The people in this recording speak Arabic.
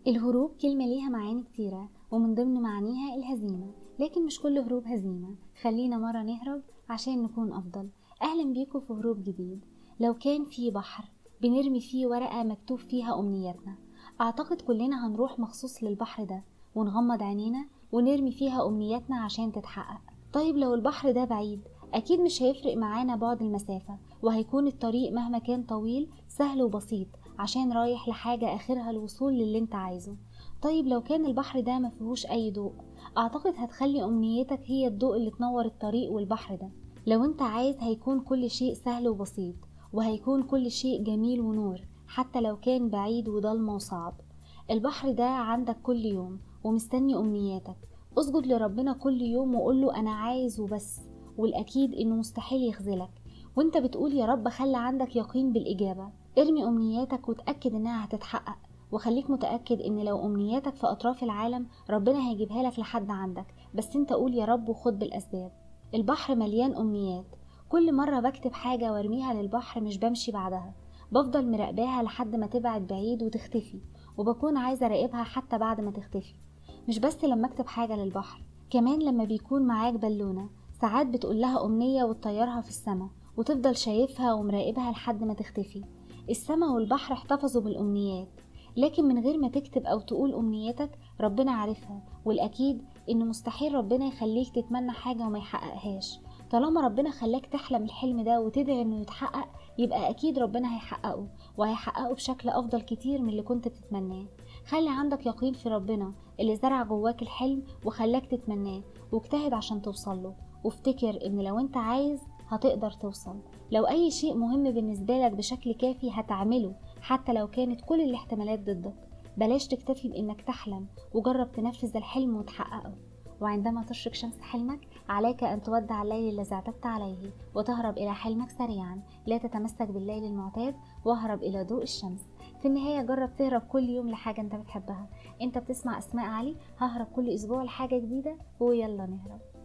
الهروب كلمة ليها معاني كتيرة، ومن ضمن معانيها الهزيمة، لكن مش كل هروب هزيمة. خلينا مرة نهرب عشان نكون أفضل. أهلا بيكم في هروب جديد. لو كان في بحر بنرمي فيه ورقة مكتوب فيها أمنياتنا، أعتقد كلنا هنروح مخصوص للبحر ده ونغمض عينينا ونرمي فيها أمنياتنا عشان تتحقق. طيب لو البحر ده بعيد، أكيد مش هيفرق معانا بعد المسافة، وهيكون الطريق مهما كان طويل سهل وبسيط عشان رايح لحاجة آخرها الوصول للي انت عايزه. طيب لو كان البحر ده مفيهوش أي ضوء، أعتقد هتخلي أمنيتك هي الضوء اللي تنور الطريق والبحر ده. لو انت عايز هيكون كل شيء سهل وبسيط، وهيكون كل شيء جميل ونور حتى لو كان بعيد وضلمة وصعب. البحر ده عندك كل يوم ومستني أمنياتك. اسجد لربنا كل يوم وقوله أنا عايز وبس، والأكيد إنه مستحيل يخذلك. وانت بتقول يا رب خلي عندك يقين بالإجابة. ارمي أمنياتك وتأكد إنها هتتحقق، وخليك متأكد إن لو أمنياتك في أطراف العالم ربنا هيجيبها لك لحد عندك، بس انت قول يا رب وخد بالأسباب. البحر مليان أمنيات. كل مرة بكتب حاجة وارميها للبحر مش بمشي بعدها، بفضل مراقباها لحد ما تبعد بعيد وتختفي، وبكون عايزة اراقبها حتى بعد ما تختفي. مش بس لما اكتب حاجة للبحر، كمان لما بيكون معاك بالونة ساعات بتقول لها أمنية وتطيرها في السماء وتفضل شايفها ومراقبها لحد ما تختفي. السماء والبحر احتفظوا بالأمنيات، لكن من غير ما تكتب أو تقول أمنيتك ربنا عارفها. والأكيد إنه مستحيل ربنا يخليك تتمنى حاجة وما يحققهاش. طالما ربنا خلاك تحلم الحلم ده وتدعي إنه يتحقق، يبقى أكيد ربنا هيحققه، وهيحققه بشكل أفضل كتير من اللي كنت بتتمناه. خلي عندك يقين في ربنا اللي زرع جواك الحلم وخلاك تتمناه، واجتهد عشان توصله. وافتكر إن لو أنت عايز هتقدر توصل. لو أي شيء مهم بالنسبة لك بشكل كافي هتعمله حتى لو كانت كل الاحتمالات ضدك. بلاش تكتفي بإنك تحلم، وجرب تنفذ الحلم وتحققه. وعندما تشرق شمس حلمك عليك أن تودع الليل الذي اعتدت عليه وتهرب إلى حلمك سريعا. لا تتمسك بالليل المعتاد، واهرب إلى ضوء الشمس. في النهاية جرب تهرب كل يوم لحاجة انت بتحبها. انت بتسمع أسماء علي. ههرب كل أسبوع لحاجة جديدة، ويلا نهرب.